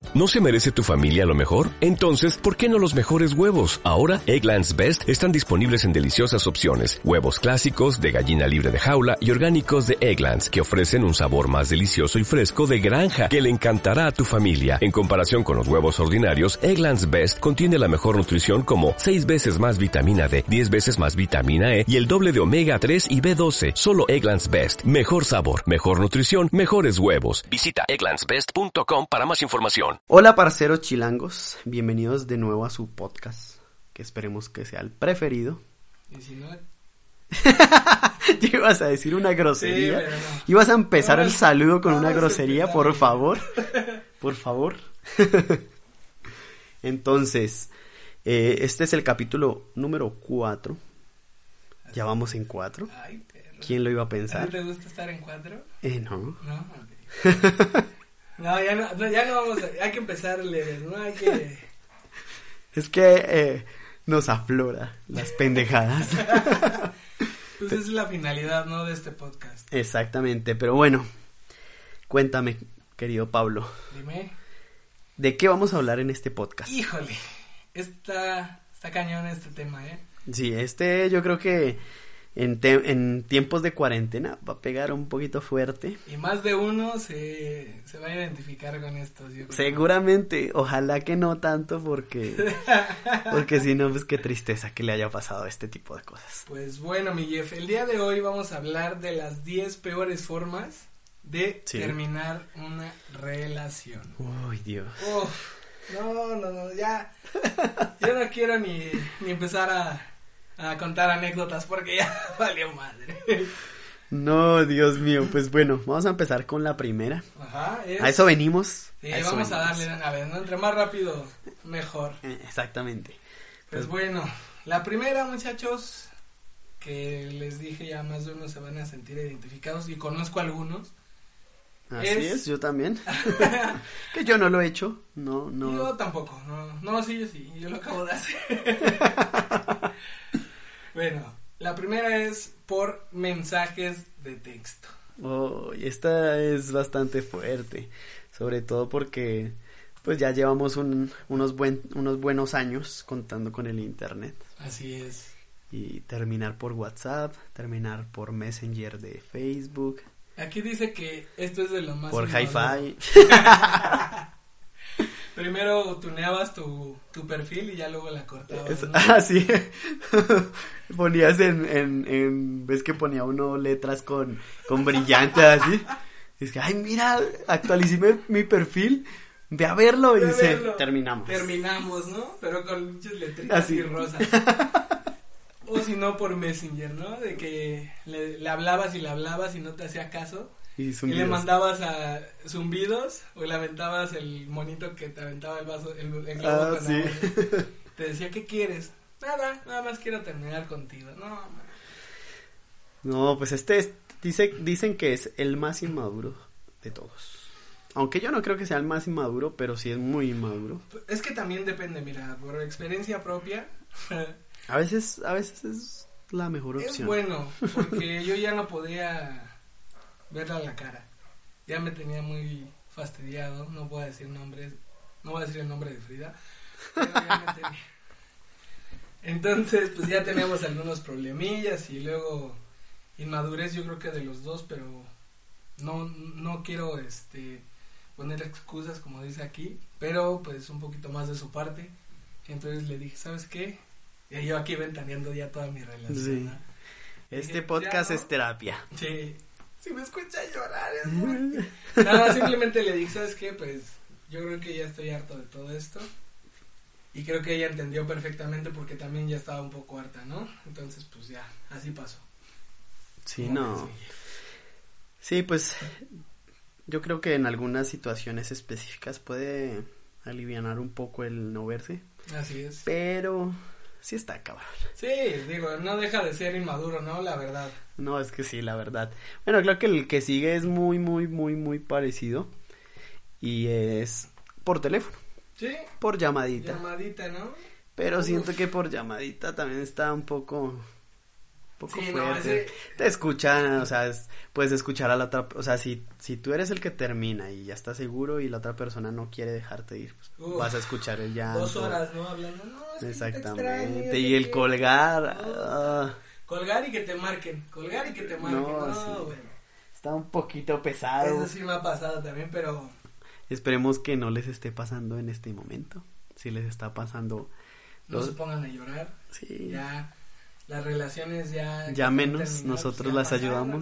¿No se merece tu familia lo mejor? Entonces, ¿por qué no los mejores huevos? Ahora, Eggland's Best están disponibles en deliciosas opciones. Huevos clásicos, de gallina libre de jaula y orgánicos de Eggland's, que ofrecen un sabor más delicioso y fresco de granja que le encantará a tu familia. En comparación con los huevos ordinarios, Eggland's Best contiene la mejor nutrición como 6 veces más vitamina D, 10 veces más vitamina E y el doble de omega 3 y B12. Solo Eggland's Best. Mejor sabor, mejor nutrición, mejores huevos. Visita egglandsbest.com para más información. Hola parceros chilangos, bienvenidos de nuevo a su podcast, que esperemos que sea el preferido. Y si no... Ibas a decir una grosería, sí, pero no. Ibas a empezar el saludo con una grosería, por favor, por favor. Entonces, este es el capítulo número 4, ya vamos en 4. Ay, perro. ¿Quién lo iba a pensar? ¿No te gusta estar en 4? No. No, okay. No, ya no vamos a... Hay que empezar leves, ¿no? Hay que... Es que nos aflora las pendejadas. Pues esa es la finalidad, ¿no? De este podcast. Exactamente, pero bueno, cuéntame, querido Pablo. Dime. ¿De qué vamos a hablar en este podcast? Híjole, está cañón este tema, ¿eh? Sí, yo creo que en tiempos de cuarentena va a pegar un poquito fuerte. Y más de uno se va a identificar con esto, yo creo. Seguramente, ojalá que no tanto porque si no, pues qué tristeza que le haya pasado este tipo de cosas. Pues bueno, mi Jeff, el día de hoy vamos a hablar de las 10 peores formas de terminar una relación. Uy, Dios. Uf, no, ya, yo no quiero ni empezar a contar anécdotas porque ya valió madre. No, Dios mío, pues bueno, vamos a empezar con la primera. Ajá, a eso venimos. Sí, vamos a darle de una vez, ¿no? Entre más rápido, mejor. Exactamente. Pues bueno, la primera, muchachos, que les dije ya más de uno se van a sentir identificados y conozco algunos. Así es, yo también. Que yo no lo he hecho, no. Yo tampoco, no, sí, yo lo acabo de hacer. Bueno, la primera es por mensajes de texto. Oh, y esta es bastante fuerte, sobre todo porque pues ya llevamos unos buenos años contando con el internet. Así es. Y terminar por WhatsApp, terminar por Messenger de Facebook. Aquí dice que esto es de lo más... Por Hi-Fi. Primero tuneabas tu perfil y ya luego la cortabas, ¿no? Ah, sí. Ponías ves que ponía uno letras con brillante así. Es que, ay, mira, actualicé mi perfil, ve a verlo y dice, terminamos. Terminamos, ¿no? Pero con muchas letritas así rosas. O si no por Messenger, ¿no? De que le hablabas y no te hacía caso. Y le mandabas a zumbidos o le aventabas el monito que te aventaba el vaso, el globo con sí. agua. Te decía, ¿qué quieres? Nada más quiero terminar contigo. No, pues dicen que es el más inmaduro de todos. Aunque yo no creo que sea el más inmaduro, pero sí es muy inmaduro. Es que también depende, mira, por experiencia propia. A veces es la mejor opción. Es bueno, porque yo ya no podía verla a la cara. Ya me tenía muy fastidiado, no voy a decir el nombre de Frida, pero ya me tenía. Entonces, pues ya teníamos algunos problemillas y luego inmadurez, yo creo que de los dos, pero no quiero poner excusas como dice aquí, pero pues un poquito más de su parte. Entonces le dije, ¿sabes qué? Y yo aquí ventaneando ya toda mi relación. Sí. ¿No? Este podcast es terapia. Sí. Si me escucha llorar es porque... Nada, simplemente le dije, ¿sabes qué? Pues yo creo que ya estoy harto de todo esto. Y creo que ella entendió perfectamente porque también ya estaba un poco harta, ¿no? Entonces, pues ya, así pasó. Sí, no. Sí, pues yo creo que en algunas situaciones específicas puede alivianar un poco el no verse. Así es. Pero sí está cabrón. Sí, digo, no deja de ser inmaduro, ¿no? La verdad. No, es que sí, la verdad. Bueno, creo que el que sigue es muy parecido. Y es por teléfono. Sí. Por llamadita. Llamadita, ¿no? Pero siento que por llamadita también está un poco poco Sí, fuerte. no, ese... Te escuchan, o sea, puedes escuchar a la otra, o sea, si tú eres el que termina y ya estás seguro y la otra persona no quiere dejarte ir, pues vas a escuchar el llanto. 2 horas, ¿no? Hablando, no, es que Exactamente, te y el colgar, no, colgar y que te marquen, No, sí. Bueno. Está un poquito pesado. Eso sí me ha pasado también, pero... Esperemos que no les esté pasando en este momento. Si les está pasando... No se pongan a llorar. Sí. Ya, las relaciones ya... Ya menos, nosotros las ayudamos.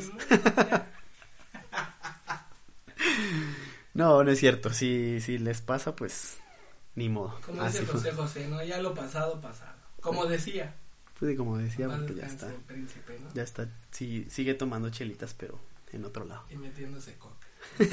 No, no es cierto. Si les pasa, pues... Ni modo. Como dice José, ¿no? Ya lo pasado, pasado. Como decía. Pues como decía, Más porque ya descanse está. el príncipe, ¿no? Ya está. Sí, sigue tomando chelitas, pero en otro lado. Y metiéndose coca.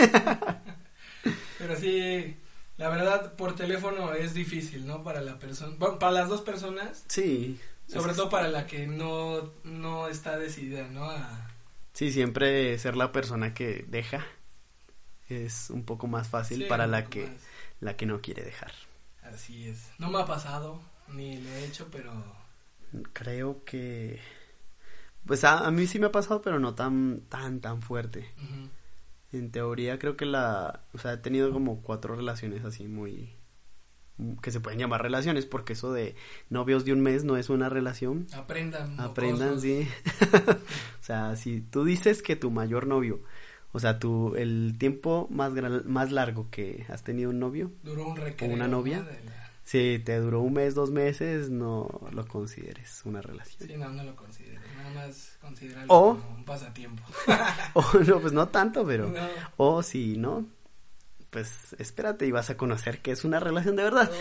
Pero sí, la verdad, por teléfono es difícil, ¿no? Para la persona, bueno, para las dos personas. Sí. Sobre todo para la que no está decidida, ¿no? Sí, siempre ser la persona que deja es un poco más fácil Sí, para un la poco que más. la que no quiere dejar. Así es. No me ha pasado, ni lo he hecho, pero... Creo que pues a mí sí me ha pasado, pero no tan fuerte. Uh-huh. En teoría creo que o sea, he tenido como 4 relaciones así muy que se pueden llamar relaciones, porque eso de novios de un mes no es una relación. Aprendan, mocosos. Sí. O sea, si tú dices que tu mayor novio, o sea, el tiempo más largo que has tenido un novio, duró un recreo, o una novia, ¿no? si te duró 1 mes, 2 meses, no lo consideres una relación. Sí, no lo considero, nada más considerarlo O, como un pasatiempo. O no, pues no tanto, pero No. o si no, pues espérate y vas a conocer que es una relación de verdad.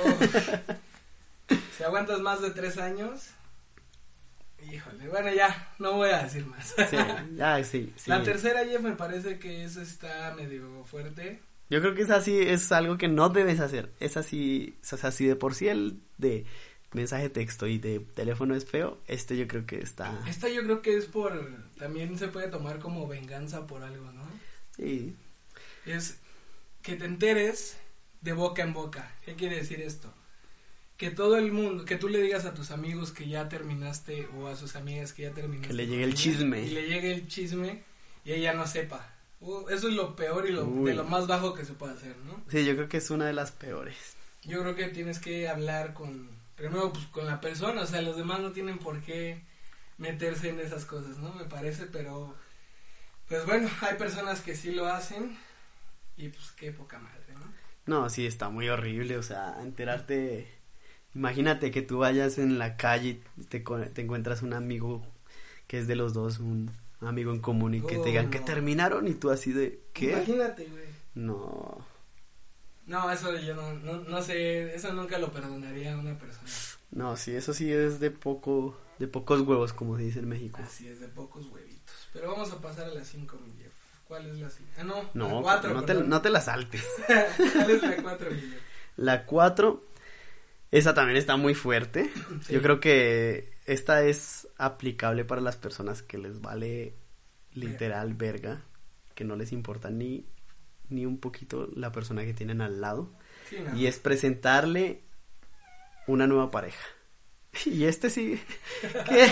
Si aguantas más de 3 años, híjole, bueno, ya, no voy a decir más. Sí, ya, sí. La tercera, Jeff, me parece que esa está medio fuerte. Yo creo que es así, es algo que no debes hacer. Es así, o sea, si de por sí el de mensaje texto y de teléfono es feo, yo creo que está... Esta yo creo que es también se puede tomar como venganza por algo, ¿no? Sí. Es que te enteres de boca en boca. ¿Qué quiere decir esto? Que todo el mundo, que tú le digas a tus amigos que ya terminaste o a sus amigas que ya terminaste. Que le llegue el chisme. Y le llegue el chisme y ella no sepa. Eso es lo peor y de lo más bajo que se puede hacer, ¿no? Sí, yo creo que es una de las peores. Yo creo que tienes que hablar primero pues con la persona, o sea, los demás no tienen por qué meterse en esas cosas, ¿no? Me parece, pero pues bueno, hay personas que sí lo hacen y pues qué poca madre, ¿no? No, sí, está muy horrible, o sea, enterarte, imagínate que tú vayas en la calle y te encuentras un amigo que es de los dos, un amigo en común y que te digan que terminaron y tú así de, ¿qué? Imagínate, güey. No, eso yo no sé, eso nunca lo perdonaría a una persona. No, sí, eso sí es de pocos huevos, como se dice en México. Así es, de pocos huevitos. Pero vamos a pasar a las 5, mi Jeff. ¿Cuál es la 5? No, la 4. no te la saltes. ¿Cuál es la 4, mi Jeff? La 4, esa también está muy fuerte. Sí. Yo creo que esta es aplicable para las personas que les vale literal verga, que no les importa ni un poquito la persona que tienen al lado. Sí, no. Y es presentarle una nueva pareja. Y sí, ¿qué?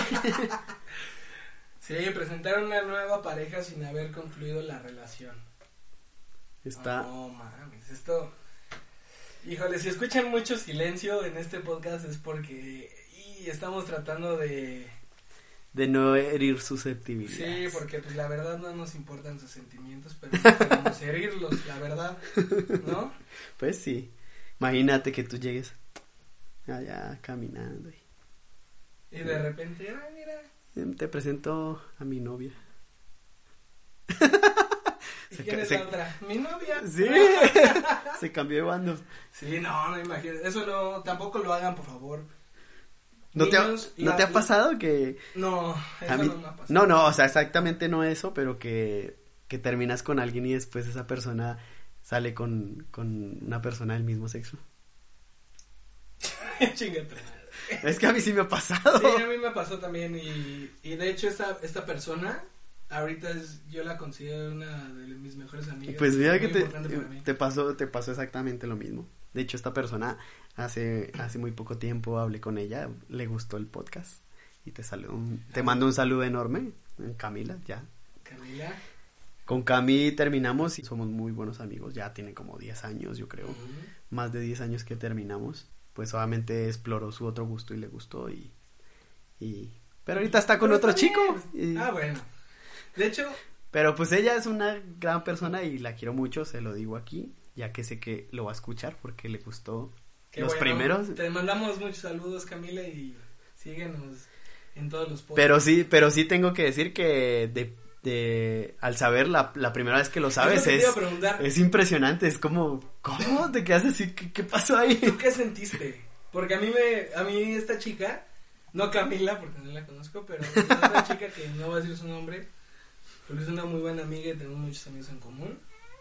Sí, presentar una nueva pareja sin haber concluido la relación. No mames, esto... Híjole, si escuchan mucho silencio en este podcast es porque estamos tratando de no herir susceptibilidades. Sí, porque pues la verdad no nos importan sus sentimientos, pero queremos herirlos, la verdad, ¿no? Pues sí, imagínate que tú llegues allá caminando y de repente, mira, te presento a mi novia. ¿Y quién es la otra? Mi novia. Sí, se cambió de bando. Sí, no imagínate, eso no, tampoco lo hagan, por favor. ¿No te ha pasado que...? No, eso no me ha pasado. No, o sea, exactamente no eso, pero que terminas con alguien y después esa persona sale con una persona del mismo sexo. Chingate. Es que a mí sí me ha pasado. Sí, a mí me pasó también y de hecho esta persona ahorita yo la considero una de mis mejores amigas. Pues mira que te pasó exactamente lo mismo. De hecho, esta persona hace muy poco tiempo hablé con ella, le gustó el podcast y te mando un saludo enorme, Camila, ya. Camila. Con Cami terminamos y somos muy buenos amigos, ya tiene como 10 años, yo creo, más de 10 años que terminamos, pues obviamente exploró su otro gusto y le gustó pero ahorita está con otro chico. Bueno, de hecho... Pero pues ella es una gran persona y la quiero mucho, se lo digo aquí, ya que sé que lo va a escuchar porque le gustó los primeros. Te mandamos muchos saludos, Camila, y síguenos en todos los podcasts. Pero sí tengo que decir que al saber la primera vez que lo sabes es impresionante, es como, ¿cómo te quedas así? ¿Qué pasó ahí? ¿Tú qué sentiste? Porque a mí esta chica, no Camila porque no la conozco, pero es una chica que no va a decir su nombre, porque es una muy buena amiga y tenemos muchos amigos en común.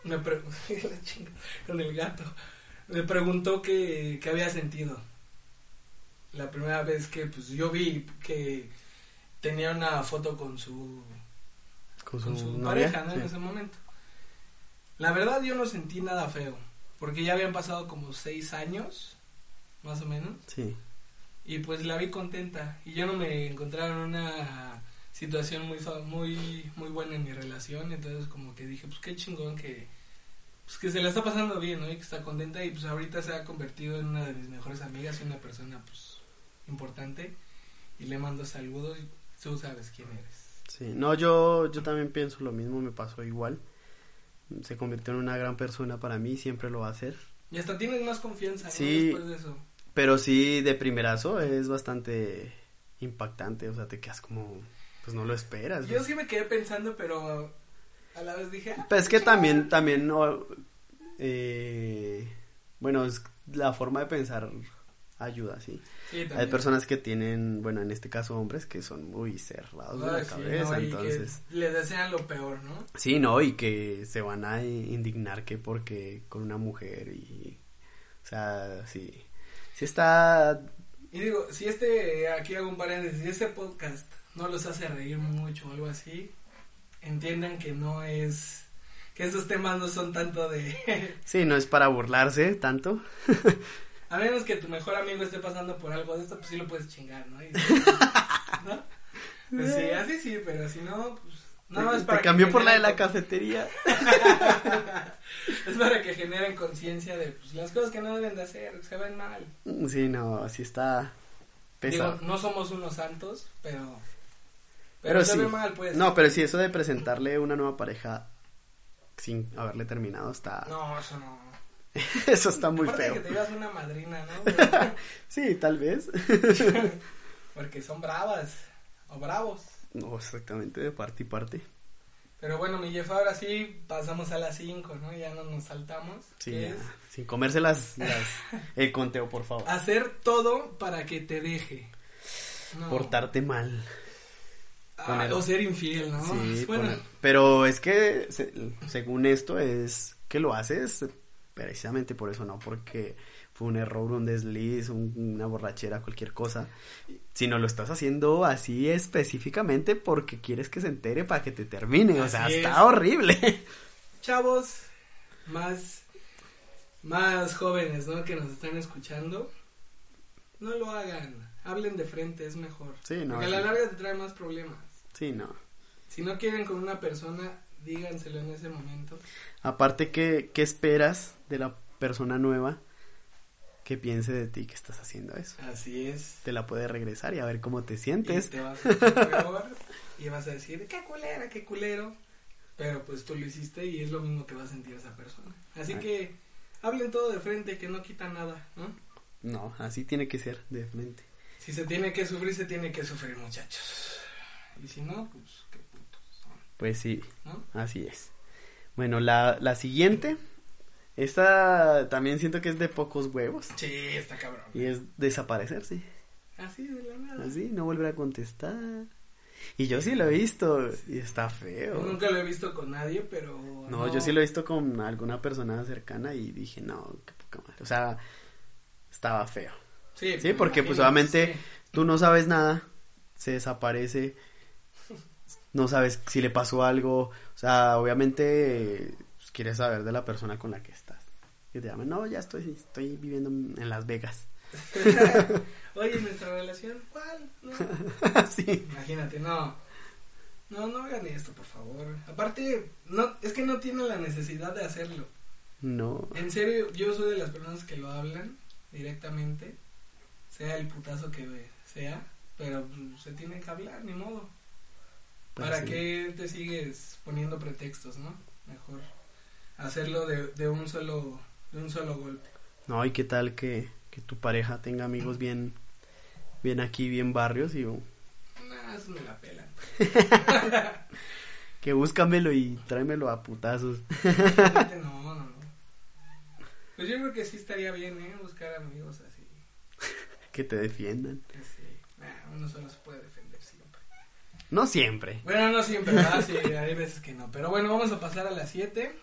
Con el gato. Me preguntó qué había sentido la primera vez que pues yo vi que tenía una foto con su pareja, ¿no? Sí. En ese momento. La verdad yo no sentí nada feo, porque ya habían pasado como 6 años, más o menos. Sí. Y pues la vi contenta y yo no me encontraba en una situación muy buena en mi relación, entonces como que dije, pues qué chingón que se la está pasando bien, ¿no? Y que está contenta y pues ahorita se ha convertido en una de mis mejores amigas y una persona pues importante y le mando saludos y tú sabes quién eres. Sí, no, yo también pienso lo mismo, me pasó igual, se convirtió en una gran persona para mí, siempre lo va a hacer. Y hasta tienes más confianza, ¿no? Sí, Después de eso. Pero sí, de primerazo es bastante impactante, o sea, te quedas como, pues no lo esperas. Yo sí me quedé pensando, pero a la vez dije... Pero es que también, bueno, es la forma de pensar ayuda, ¿sí? Sí, hay personas que tienen, bueno, en este caso hombres que son muy cerrados de la cabeza, no, entonces... Que le desean lo peor, ¿no? Sí, no, y que se van a indignar que porque con una mujer y... O sea, sí está... Y digo, si aquí hago un paréntesis, si este podcast no los hace reír mucho o algo así, entiendan que no es... Que esos temas no son tanto de... Sí, no es para burlarse tanto. A menos que tu mejor amigo esté pasando por algo de esto, pues sí lo puedes chingar, ¿no? ¿No? Pues sí, así sí, pero si no, pues... No, es para te cambió por la de la cafetería. Es para que generen conciencia de pues, las cosas que no deben de hacer, se ven mal. Sí, no, así está pesado. Digo, no somos unos santos, pero se sí ve mal, pues. No, pero sí, eso de presentarle una nueva pareja sin haberle terminado está... No, eso no. Eso está muy aparte feo. De que te llevas una madrina, ¿no? Sí, tal vez. Porque son bravas o bravos. No, exactamente, de parte y parte. Pero bueno, mi Jeff, ahora sí pasamos a las 5, ¿no? Ya no nos saltamos. Sí, ya, sin comerse el conteo, por favor. Hacer todo para que te deje. No. Portarte mal. O ser infiel, ¿no? Sí, bueno. Pero es que, según esto, es que lo haces precisamente por eso, no porque fue un error, un desliz, una borrachera, cualquier cosa, sino lo estás haciendo así específicamente porque quieres que se entere para que te termine, así o sea, está horrible. Chavos más jóvenes, ¿no? Que nos están escuchando, no lo hagan, hablen de frente, es mejor. Sí, no. Porque a la larga te trae más problemas. Sí, no. Si no quieren con una persona, díganselo en ese momento. Aparte, ¿qué esperas de la persona nueva que piense de ti que estás haciendo eso? Así es. Te la puede regresar y a ver cómo te sientes. Y te vas a sentir peor y vas a decir, qué culera, qué culero. Pero pues tú lo hiciste y es lo mismo que va a sentir esa persona. Así que hablen todo de frente, que no quita nada, ¿no? No, así tiene que ser, de frente. Si se tiene que sufrir, se tiene que sufrir, muchachos. Y si no, pues qué putos son. Pues sí, ¿no? Así es. Bueno, la siguiente, esta también siento que es de pocos huevos. Sí, está cabrón. Y es desaparecerse. Así de la nada. Así, no volver a contestar. Y yo sí lo he visto y está feo. Yo nunca lo he visto con nadie, pero... No, yo sí lo he visto con alguna persona cercana y dije, no, qué poca madre. O sea, estaba feo. Sí, porque pues obviamente tú no sabes nada, se desaparece, no sabes si le pasó algo, o sea, obviamente quieres saber de la persona con la que estás. Que te llaman, no, ya estoy viviendo en Las Vegas. Oye, nuestra relación, ¿cuál? No. Sí. Imagínate, no hagan esto, por favor. Aparte, no, es que no tienen la necesidad de hacerlo. No. En serio, yo soy de las personas que lo hablan directamente, sea el putazo que sea, pero se tiene que hablar, ni modo. Pues ¿Para sí. qué te sigues poniendo pretextos, no? Mejor hacerlo de un solo golpe. No, ¿y qué tal que tu pareja tenga amigos bien aquí, bien barrios y Nah, eso me la pelan. que búscamelo y tráemelo a putazos? No. Pues yo creo que sí estaría bien, buscar amigos así. Que te defiendan. Sí. Uno solo se puede defender siempre. No siempre. Bueno, no siempre, ¿verdad? Sí, hay veces que no. Pero bueno, vamos a pasar a las 7.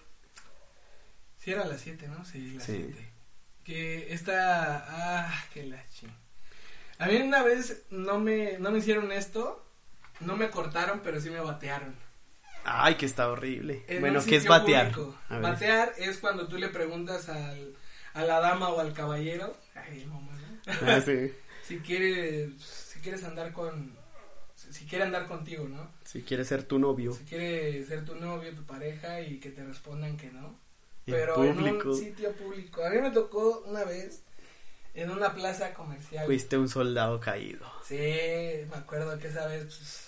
Sí, era las 7, ¿no? Sí, las 7. Que esta... que la ching. A mí una vez no me hicieron esto, no me cortaron, pero sí me batearon. Ay, que está horrible. En bueno, un ¿qué es sitio batear? público. A ver. Batear es cuando tú le preguntas a la dama o al caballero, ay, mamá, ¿no? Ah, sí. si quieres andar si quiere andar contigo, ¿no? Si quieres ser tu novio. Si quiere ser tu novio, tu pareja y que te respondan que no. En Pero público. en un sitio público. A mí me tocó una vez en una plaza comercial. Fuiste un soldado caído. Sí, me acuerdo que esa vez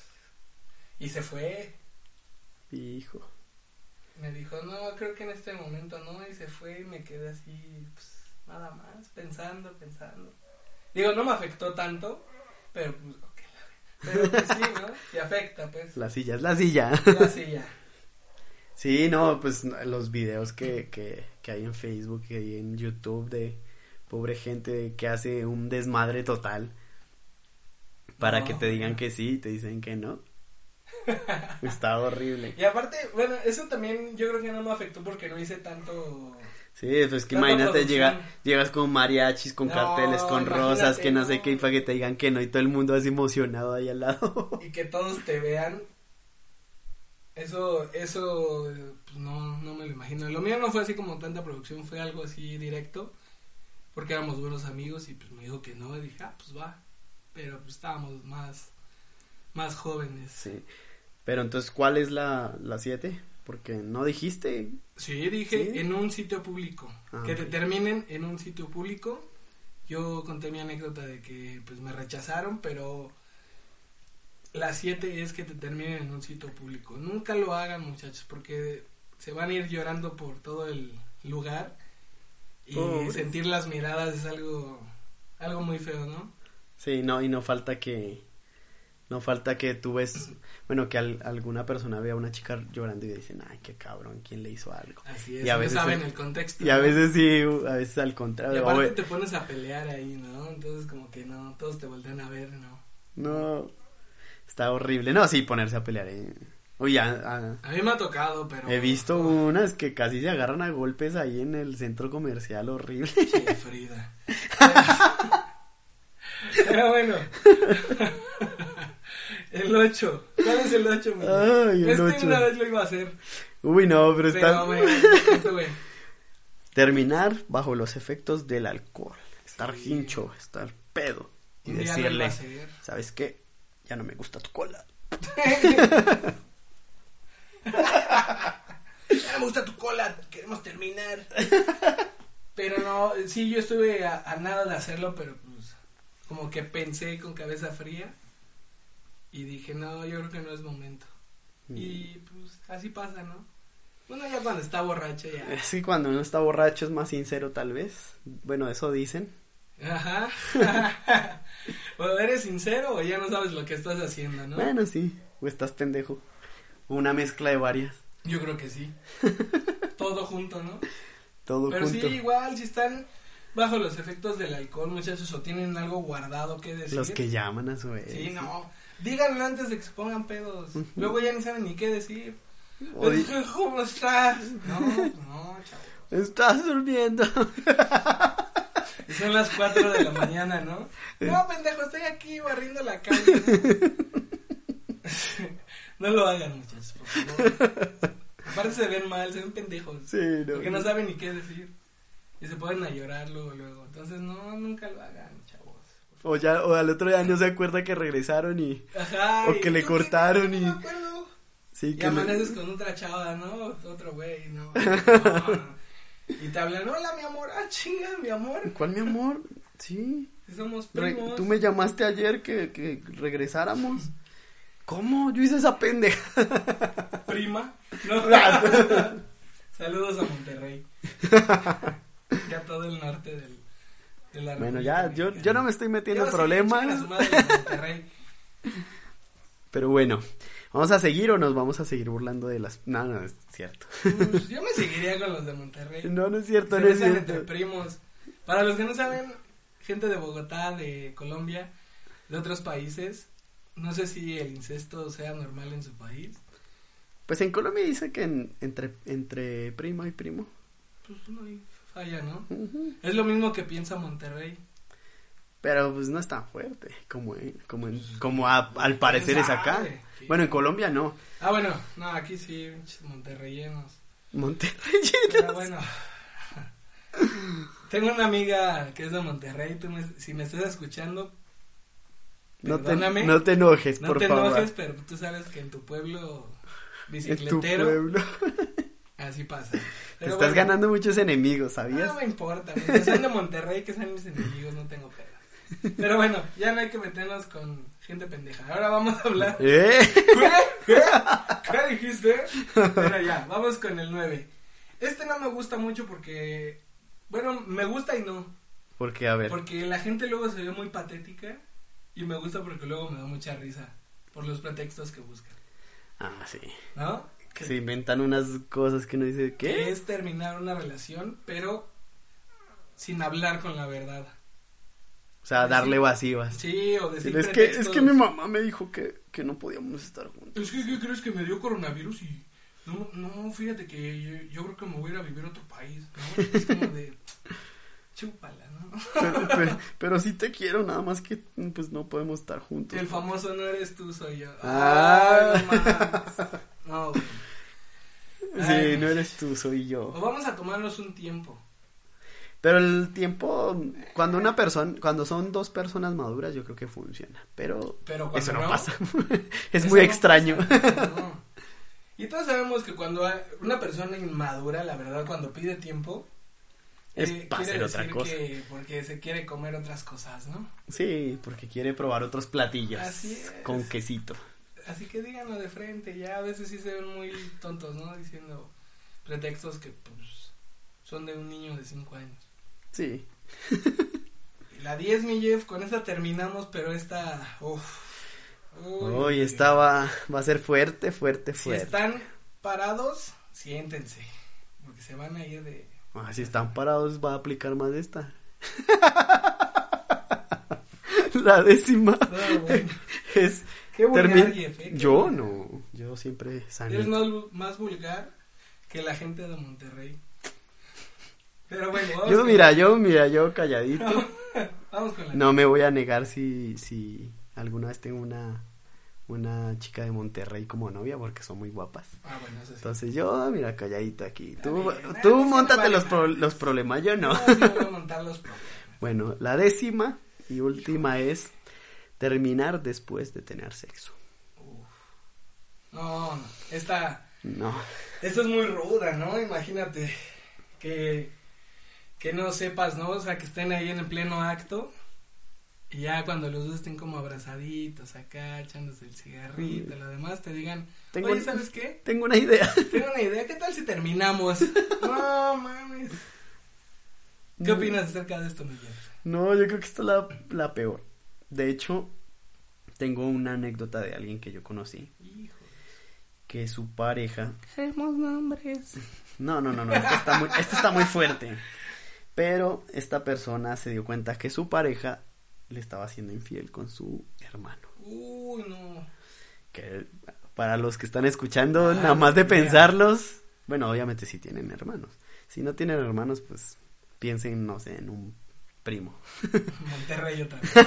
y se fue. Hijo. Me dijo, no, creo que en este momento no, y se fue y me quedé así, pues, nada más, pensando. Digo, no me afectó tanto, pero pues, ok. Pero pues sí, ¿no? Te afecta, pues. La silla es la silla. La silla. Sí, no, pues los videos que hay en Facebook y hay en YouTube de pobre gente que hace un desmadre total para No, que te digan que sí y te dicen que no. Está horrible. Y aparte, bueno, eso también yo creo que no me afectó porque no hice tanto. Sí, pues que Tanta imagínate producción. llegas con mariachis, con No, carteles, con rosas, imagínate, que no sé no. qué, y para que te digan que no y todo el mundo así emocionado ahí al lado. Y que todos te vean. Eso, pues no me lo imagino. Lo mío no fue así como tanta producción, fue algo así directo. Porque éramos buenos amigos y pues me dijo que no, y dije, pues va. Pero pues estábamos más jóvenes. Sí. Pero entonces, ¿cuál es la 7? Porque no dijiste. Sí, dije ¿Sí? en un sitio público. Que Ok. te terminen en un sitio público. Yo conté mi anécdota de que pues me rechazaron, pero la 7 es que te terminen en un sitio público. Nunca lo hagan, muchachos, porque se van a ir llorando por todo el lugar y Pobres. sentir las miradas es algo muy feo, ¿no? Sí, no, y no falta que tú ves, bueno, que alguna persona vea a una chica llorando y dicen, ay, qué cabrón, ¿quién le hizo algo? Así es, Y a no veces saben es- el contexto. Y a ¿no? veces sí, a veces al Y contrario. aparte te pones a pelear ahí, ¿no? Entonces como que no, todos te voltean a ver, ¿no? No, está horrible. No, sí, ponerse a pelear. Oye, A mí me ha tocado, pero... he visto unas que casi se agarran a golpes ahí en el centro comercial, horrible. Che, Frida. Pero bueno. El 8. ¿Cuál es el 8, güey? Ay, el 8. Una vez lo iba a hacer. Uy, no, pero está... Güey. Terminar bajo los efectos del alcohol. Estar Sí. hincho, estar pedo. Y Un día lo iba a decirle, hacer. ¿sabes qué? Ya no me gusta tu cola. Ya me gusta tu cola, queremos terminar. Pero no, sí, yo estuve a nada de hacerlo, pero pues como que pensé con cabeza fría y dije, no, yo creo que no es momento. Y pues así pasa, ¿no? Bueno, ya cuando está borracho ya. Sí, cuando uno está borracho es más sincero tal vez. Bueno, eso dicen. Ajá. O eres sincero o ya no sabes lo que estás haciendo, ¿no? Bueno, sí, o estás pendejo. O una mezcla de varias. Yo creo que sí. Todo junto, ¿no? Todo Pero junto. sí, igual, si están bajo los efectos del alcohol, muchachos, o tienen algo guardado que decir. Los que llaman a su vez. Sí, no. Díganlo antes de que se pongan pedos. Luego ya ni saben ni qué decir. O di- ¿Cómo estás? No, chavo. Estás durmiendo. Y son las 4 de la mañana, ¿no? No, pendejo, estoy aquí barriendo la calle. No lo hagan, muchachos, por favor. Aparte se ven mal, se ven pendejos. Sí, no. Porque no saben ni qué decir. y se ponen a llorar luego. Entonces, no, nunca lo hagan, chavos. O al otro día no se acuerda que regresaron y... Ajá. O que le cortaron y... No me acuerdo. Sí, Y que amaneces con otra chava, ¿no? Otro güey, no. Y te hablan, hola, mi amor. Ah, chinga, mi amor. ¿Cuál, mi amor? Sí. Somos primos. Tú me llamaste ayer que regresáramos. ¿Cómo? Yo hice esa pendeja. Prima. No. Saludos a Monterrey. Ya todo el norte de la Bueno, República yo no me estoy metiendo en problemas. A su madre de Monterrey. Pero bueno, ¿vamos a seguir o nos vamos a seguir burlando de las...? No, es cierto. Pues yo me seguiría con los de Monterrey. No es cierto, Se no es besan entre cierto. primos. Para los que no saben, gente de Bogotá, de Colombia, de otros países, no sé si el incesto sea normal en su país. Pues en Colombia dice que entre primo y primo. Pues no hay falla, ¿no? Uh-huh. Es lo mismo que piensa Monterrey. Pero pues no es tan fuerte como al parecer es acá. ¿Qué? Bueno, en Colombia no. Ah, bueno, no, aquí sí, monterreyenos. Monterrey. Pero bueno, tengo una amiga que es de Monterrey, si me estás escuchando, perdóname. No te enojes, por favor. No te enojes, pero tú sabes que en tu pueblo bicicletero, en tu pueblo. así pasa. Te estás ganando muchos enemigos, ¿sabías? No me importa, mientras sean de Monterrey, que sean mis enemigos, no tengo pedo. Pero bueno, ya no hay que meternos con gente pendeja. Ahora vamos a hablar. ¿Qué dijiste? Bueno, ya, vamos con el 9. Este no me gusta mucho porque, bueno, me gusta y no. ¿Por qué? A ver. Porque la gente luego se ve muy patética y me gusta porque luego me da mucha risa por los pretextos que buscan. Ah, sí. ¿No? Que se inventan unas cosas que uno dice, Que ¿qué? es terminar una relación, pero sin hablar con la verdad. O sea, darle evasivas. Sí, o decir Es pretextos. que mi mamá me dijo que no podíamos estar juntos. Es que, ¿qué crees? Que me dio coronavirus y... No, fíjate que yo creo que me voy a ir a vivir a otro país, ¿no? Es como de... Chúpala, ¿no? Pero sí te quiero, nada más que pues no podemos estar juntos. El famoso no eres tú, soy yo. Ah. Ay, no mames. No, güey. Sí, Ay, no eres tú, soy yo. O vamos a tomarnos un tiempo. Pero el tiempo, cuando son dos personas maduras, yo creo que funciona. Pero cuando eso no pasa. Es eso muy no extraño. pasa, no. Y todos sabemos que cuando una persona inmadura, la verdad, cuando pide tiempo, Es para quiere hacer otra decir cosa. que porque se quiere comer otras cosas, ¿no? Sí, porque quiere probar otros platillos. Así es. Con quesito. Así que díganlo de frente, ya a veces sí se ven muy tontos, ¿no? Diciendo pretextos que pues son de un niño de 5 años. Sí. Y la 10, mi Jeff, con esta terminamos, pero esta... Uy, esta va a ser fuerte. Si están parados, siéntense, porque se van a ir de... Si están parados va a aplicar más de esta. La 10ª No, bueno. es... Qué vulgar, Jeff, Yo no, yo siempre sanito. Eres más vulgar que la gente de Monterrey. Pero bueno, vamos Yo calladito. Vamos con la... No me voy a negar si alguna vez tengo una chica de Monterrey como novia porque son muy guapas. Bueno, eso sí. Entonces yo, mira, calladito aquí. Tú bien, móntate no vale los problemas, yo no. No, sí voy a montar los problemas. Bueno, la 10ª y última es terminar después de tener sexo. No, esta No. es muy ruda, ¿no? Imagínate que no sepas, ¿no? O sea, que estén ahí en el pleno acto y ya cuando los dos estén como abrazaditos acá, echándose el cigarrito, lo demás, te digan, oye, ¿sabes qué? Tengo una idea. ¿Qué tal si terminamos? No, mames. ¿Qué opinas acerca de esto, Miguel? No, yo creo que esta es la peor. De hecho, tengo una anécdota de alguien que yo conocí. Hijo. Que su pareja... Queremos nombres. No, esto está muy fuerte. Pero esta persona se dio cuenta que su pareja le estaba siendo infiel con su hermano. Uy, no. Que para los que están escuchando, nada más de pensarlos, bueno, obviamente sí tienen hermanos. Si no tienen hermanos, pues piensen, no sé, en un primo. Monterrey otra vez.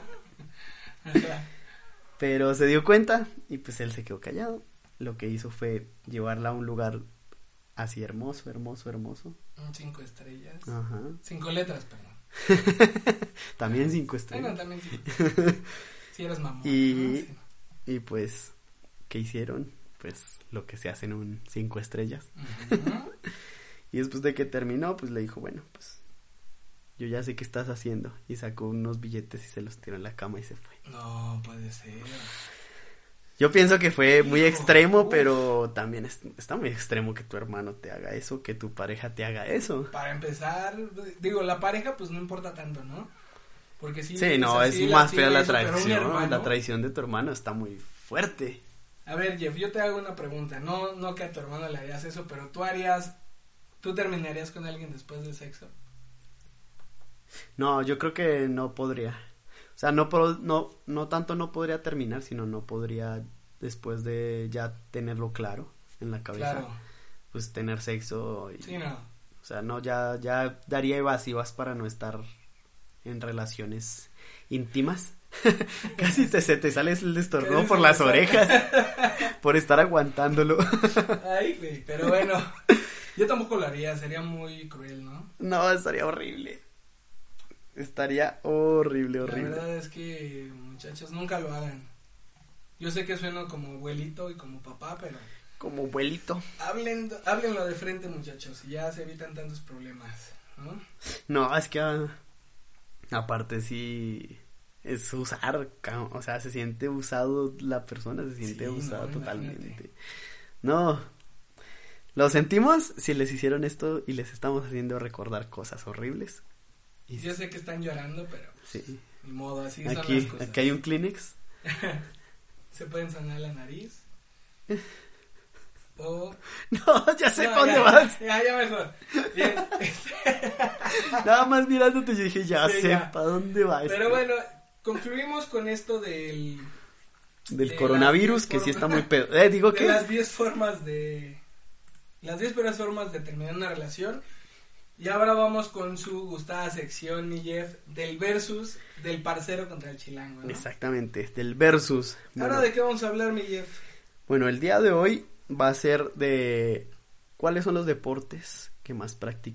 Pero se dio cuenta y pues él se quedó callado. Lo que hizo fue llevarla a un lugar así hermoso, hermoso, hermoso. 5 estrellas. Ajá. 5 letras, perdón. También 5 estrellas. Bueno, también sí. Si eres mamón. Y, ¿no? Sí. y pues, ¿qué hicieron? Pues lo que se hace en un 5 estrellas. Ujú. Y después de que terminó, pues le dijo, bueno, pues yo ya sé qué estás haciendo. Y sacó unos billetes y se los tiró en la cama y se fue. No puede ser. Yo pienso que fue muy Hijo, extremo, uf. pero también está muy extremo que tu hermano te haga eso, que tu pareja te haga eso. Para empezar, digo, la pareja pues no importa tanto, ¿no? Porque sí. Sí, no, así, es más fea la eso, pero un traición. hermano- La traición de tu hermano está muy fuerte. A ver, Jeff, yo te hago una pregunta. No que a tu hermano le harías eso, pero tú terminarías con alguien después del sexo. No, yo creo que no podría. O sea, no tanto no podría terminar, sino no podría, después de ya tenerlo claro en la cabeza, Claro. pues tener sexo. Y, Sí, no. o sea, no, ya daría evasivas para no estar en relaciones íntimas. Casi se te sale el estornudo Casi por se las me sale. orejas, por estar aguantándolo. Ay, güey, pero bueno, yo tampoco lo haría, sería muy cruel, ¿no? No, estaría horrible. Estaría horrible, La horrible. verdad es que, muchachos, nunca lo hagan. Yo sé que sueno como abuelito y como papá, pero Como abuelito. háblenlo de frente, muchachos, y ya se evitan tantos problemas, ¿no? No, es que aparte sí es usar, o sea, se siente usado la persona, se siente Sí, usada no, totalmente. imagínate. No, lo sentimos si les hicieron esto y les estamos haciendo recordar cosas horribles. Y Yo sé que están llorando, pero sí, ni modo, así son las aquí cosas. hay un Kleenex. Se pueden sonar la nariz. O... No, ya sé No, para dónde ya, vas. Ya mejor. Bien. Nada más mirándote yo dije, ya Sí, sé ya. para dónde va Pero esto. bueno, concluimos con esto del Del de coronavirus, las que sí 10 está muy pedo. Digo de que las 10 formas de... Las 10 peores formas de terminar una relación. Y ahora vamos con su gustada sección, mi Jeff, del versus del parcero contra el chilango, ¿no? exactamente, del versus. Ahora, Bueno, ¿de qué vamos a hablar, mi Jeff? bueno, el día de hoy va a ser de cuáles son los deportes que más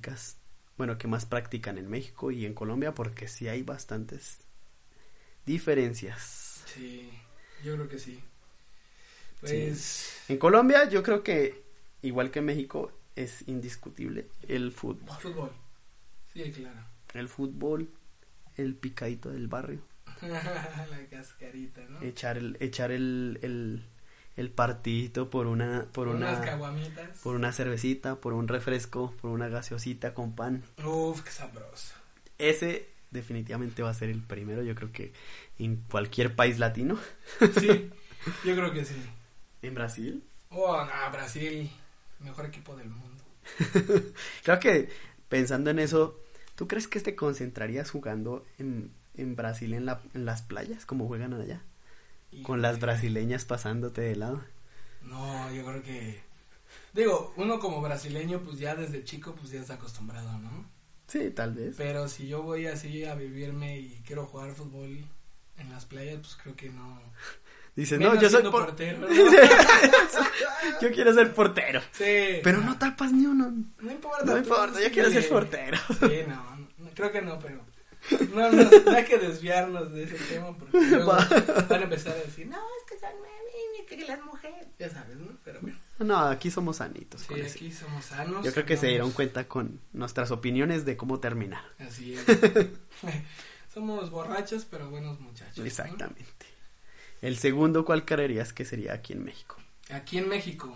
practican en México y en Colombia, porque sí hay bastantes diferencias. Sí, yo creo que sí. Pues... En Colombia yo creo que, igual que en México, es indiscutible el fútbol. Fútbol. Sí, claro. El fútbol, el picadito del barrio, La cascarita, ¿no? echar el partidito por Unas una caguamitas. por una cervecita, por un refresco, por una gaseosita con pan. Uf, qué sabroso. Ese definitivamente va a ser el primero, yo creo que en cualquier país latino. Sí, yo creo que sí. ¿En Brasil? Oh, no, Brasil, mejor equipo del mundo. Creo que pensando en eso, ¿tú crees que te concentrarías jugando en Brasil en las playas como juegan allá? Con las brasileñas pasándote de lado. No, yo creo que... Digo, uno como brasileño, pues ya desde chico, pues ya está acostumbrado, ¿no? Sí, tal vez. Pero si yo voy así a vivirme y quiero jugar fútbol en las playas, pues creo que no... Dices, Menos no, yo soy siendo portero, ¿no? Yo quiero ser portero. Sí. Pero no tapas ni uno. No importa. No tú importa, yo síguele. quiero ser portero. Sí, no, creo que no, pero... No hay que desviarnos de ese tema porque luego van a empezar a decir, no, es que son niñas, que las mujeres, ya sabes, ¿no? Pero bueno, No, aquí somos sanitos. sí, con eso. aquí somos sanos. Yo creo que se somos- dieron cuenta con nuestras opiniones de cómo terminar. Así es. Somos borrachos, pero buenos muchachos, ¿no? Exactamente. El segundo, ¿cuál creerías que sería aquí en México? Aquí en México,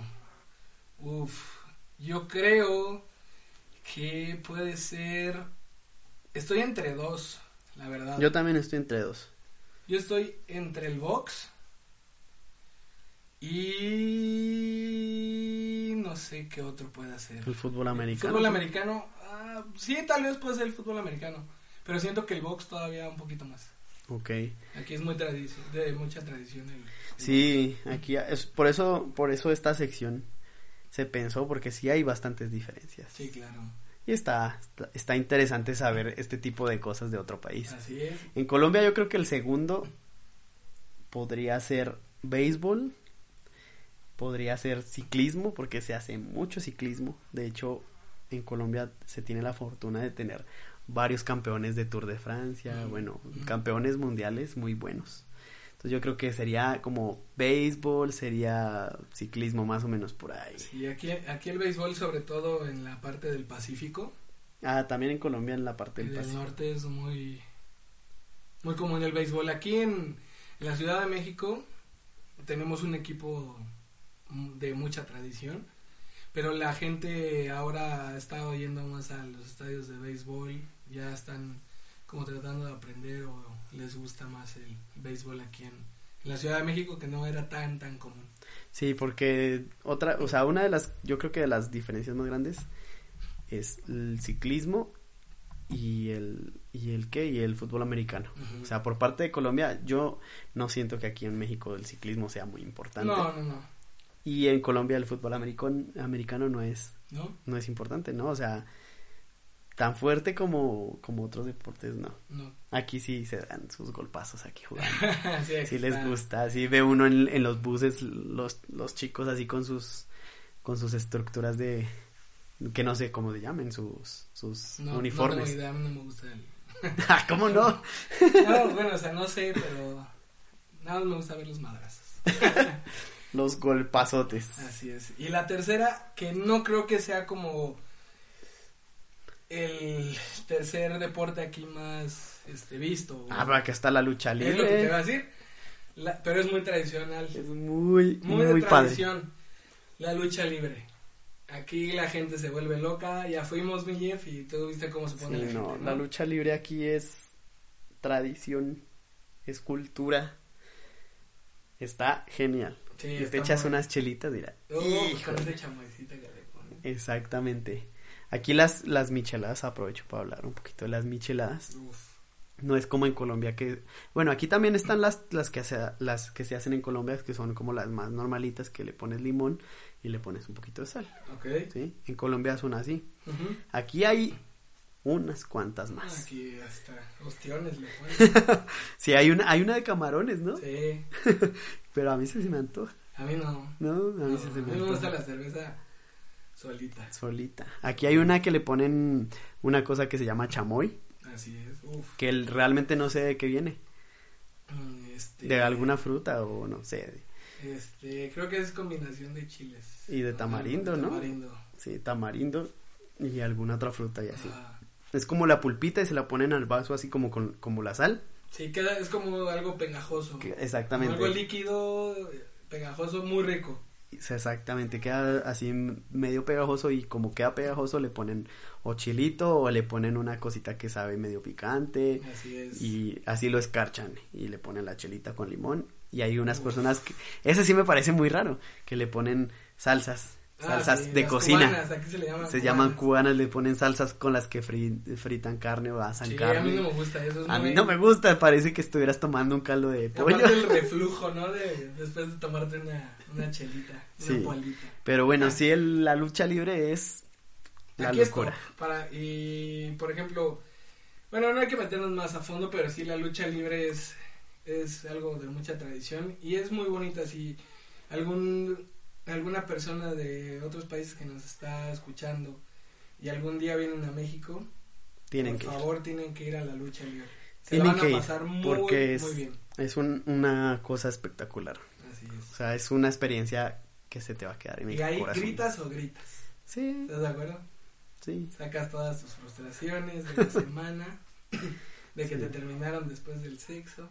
yo creo que puede ser, estoy entre dos, la verdad. Yo también estoy entre dos. Yo estoy entre el box y no sé qué otro puede ser. El fútbol americano. Fútbol americano, sí, tal vez puede ser el fútbol americano, pero siento que el box todavía un poquito más. Ok. Aquí es muy de mucha tradición el Sí, aquí es por eso esta sección se pensó, porque sí hay bastantes diferencias. Sí, claro. Y está interesante saber este tipo de cosas de otro país. Así es. En Colombia yo creo que el segundo podría ser béisbol podría ser ciclismo, porque se hace mucho ciclismo. De hecho, en Colombia se tiene la fortuna de tener varios campeones de Tour de Francia, bueno, campeones mundiales muy buenos. Entonces yo creo que sería como béisbol, sería ciclismo más o menos por ahí. Sí, aquí el béisbol, sobre todo en la parte del Pacífico. Ah, también en Colombia en la parte del Pacífico. Norte es muy común el béisbol. Aquí en la Ciudad de México tenemos un equipo de mucha tradición, pero la gente ahora está yendo más a los estadios de béisbol, ya están como tratando de aprender o les gusta más el béisbol aquí en la Ciudad de México, que no era tan común. Sí, porque una de las, yo creo que de las diferencias más grandes es el ciclismo y el fútbol americano. Uh-huh. O sea, por parte de Colombia, yo no siento que aquí en México el ciclismo sea muy importante. No. Y en Colombia el fútbol americano no es importante, ¿no? O sea, tan fuerte como otros deportes, no. Aquí sí se dan sus golpazos aquí jugando. Sí les gusta, así ve uno en los buses los chicos así con sus estructuras de, que no sé cómo se llamen, sus uniformes. No tengo idea, a mí no me gusta ¿Cómo no? No, bueno, o sea, no sé, pero nada más me gusta ver los madrazos. Los golpazotes. Así es. Y la tercera, que no creo que sea como el tercer deporte aquí más visto. Pero aquí está la lucha libre. Es lo que te iba a decir. Pero es muy tradicional. Es muy de tradición. Padre. La lucha libre. Aquí la gente se vuelve loca. Ya fuimos, mi Jeff, y tú viste cómo se pone la gente, ¿no? La lucha libre aquí es tradición, es cultura. Está genial. Sí, y te echas unas chelitas, mira. Con esa chamoycita que le ponen. Exactamente. Aquí las micheladas, aprovecho para hablar un poquito de las micheladas. No es como en Colombia que, bueno, aquí también están las que se hacen en Colombia, que son como las más normalitas, que le pones limón y le pones un poquito de sal. Okay. ¿Sí? En Colombia son así. Uh-huh. Aquí hay unas cuantas más. Aquí hasta ostiones le ponen. Sí, hay una de camarones, ¿no? Sí. Pero a mí sí se me antoja. A mí no. No, a mí sí se me antoja. A mí me gusta la cerveza solita. Aquí hay una que le ponen una cosa que se llama chamoy. Así es. Uf. Que realmente no sé de qué viene. De alguna fruta o no sé. Creo que es combinación de chiles. Y de tamarindo, ¿no? Tamarindo. Sí, tamarindo y alguna otra fruta y así. Es como la pulpita y se la ponen al vaso así como la sal. Sí, es como algo pegajoso. Exactamente. Como algo líquido, pegajoso, muy rico. Exactamente, queda así medio pegajoso y como queda pegajoso le ponen o chilito o le ponen una cosita que sabe medio picante. Así es. Y así lo escarchan y le ponen la chelita con limón y hay unas personas que, ese sí me parece muy raro, que le ponen salsas sí, de cocina. Cubanas, aquí se llaman cubanas, le ponen salsas con las que fritan carne o asan carne. A mí no me gusta eso. A mí no me gusta, parece que estuvieras tomando un caldo de pollo. Aparte el reflujo, ¿no? Después de tomarte una chelita, una polita. Pero bueno, sí, la lucha libre es la aquí locura. Y por ejemplo, bueno, no hay que meternos más a fondo, pero sí la lucha libre es algo de mucha tradición y es muy bonita. Si alguna persona de otros países que nos está escuchando y algún día vienen a México, por favor tienen que ir a la lucha libre. Se la van a pasar muy bien. Es una cosa espectacular. Así es. O sea, es una experiencia que se te va a quedar en el corazón. ¿Y ahí gritas o gritas? Sí. ¿Estás de acuerdo? Sí. Sacas todas tus frustraciones de la semana, de que te terminaron después del sexo.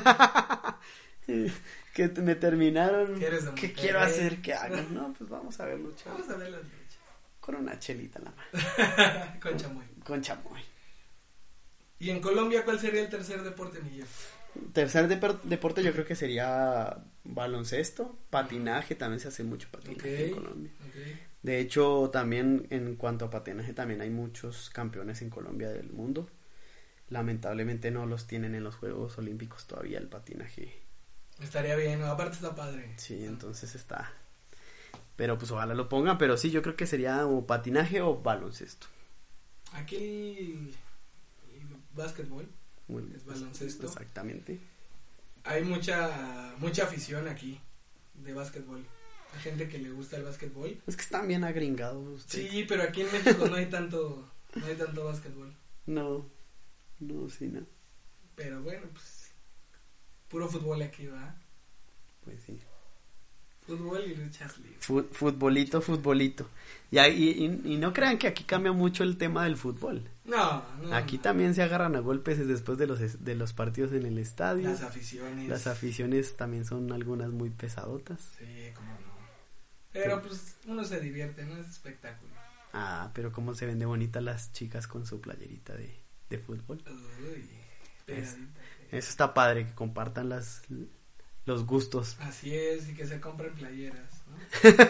Que me terminaron. ¿Qué quiero hacer? ¿Qué hago? No, pues vamos a ver lucha. Vamos a ver las luchas. Con una chelita en la mano. Con chamoy. Con ¿Y en Colombia cuál sería el tercer deporte, Miguel? Tercer deporte yo creo que sería baloncesto, patinaje, también se hace mucho patinaje en Colombia. Okay. De hecho, también en cuanto a patinaje también hay muchos campeones en Colombia del mundo. Lamentablemente no los tienen en los Juegos Olímpicos todavía el patinaje. Estaría bien, aparte está padre. Sí, entonces está. Pero pues ojalá lo pongan, pero sí, yo creo que sería o patinaje o baloncesto. Aquí el básquetbol es baloncesto. Exactamente. Hay mucha afición aquí de básquetbol. a gente que le gusta el básquetbol. Es que están bien agringados ustedes. Sí, pero aquí en México no hay tanto básquetbol. No, sí, no. Pero bueno, pues puro fútbol aquí, ¿va? Pues sí. Fútbol y luchas libres. Futbolito. Y no crean que aquí cambia mucho el tema del fútbol. No. Aquí también se agarran a golpes después de los partidos en el estadio. Las aficiones también son algunas muy pesadotas. Sí, cómo no. Pero pues uno se divierte, ¿no? Es espectáculo. Ah, pero cómo se ven de bonitas las chicas con su playerita de fútbol. Uy, Eso está padre, que compartan los gustos. Así es, y que se compren playeras, ¿no?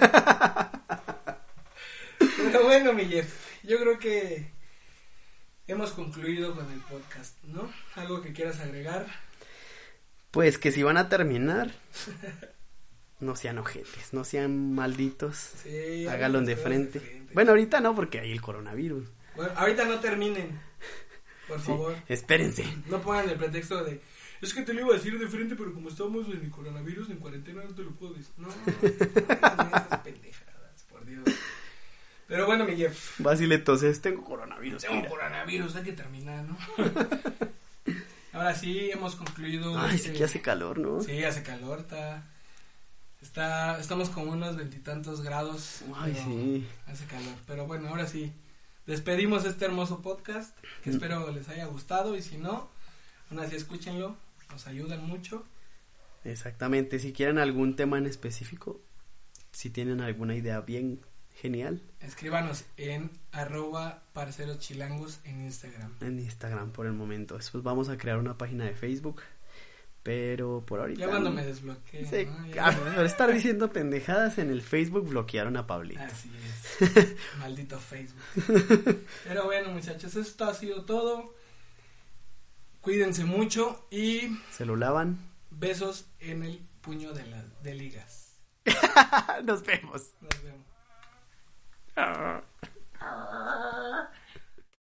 Pero bueno, mi Jeff, yo creo que hemos concluido con el podcast, ¿no? ¿Algo que quieras agregar? Pues que si van a terminar, no sean ojetes, no sean malditos. Sí, háganlo de frente. Bueno, ahorita no, porque hay el coronavirus. Bueno, ahorita no terminen, por favor. Espérense. No pongan el pretexto de, es que te lo iba a decir de frente, pero como estamos en el coronavirus, en cuarentena, no te lo puedo decir. No esas pendejadas, por Dios. Pero bueno, mi Jeff. Vas y le toses, tengo coronavirus. Coronavirus, hay que terminar, ¿no? Ahora sí, hemos concluido. Ay, sí que hace calor, ¿no? Sí, hace calor, estamos como unos 20 y tantos grados. Ay, sí. Hace calor, pero bueno, ahora sí. Despedimos este hermoso podcast, que espero les haya gustado, y si no, aún así escúchenlo, nos ayudan mucho. Exactamente, si quieren algún tema en específico, si tienen alguna idea bien genial, escríbanos en @parceroschilangos en Instagram. En Instagram por el momento. Después vamos a crear una página de Facebook, pero por ahorita. Ya cuando me desbloquee. Sí, ¿no? por estar diciendo pendejadas en el Facebook bloquearon a Pablito. Así es. Maldito Facebook. Pero bueno, muchachos, esto ha sido todo. Cuídense mucho y se lo lavan. Besos en el puño de ligas. Nos vemos. Nos vemos.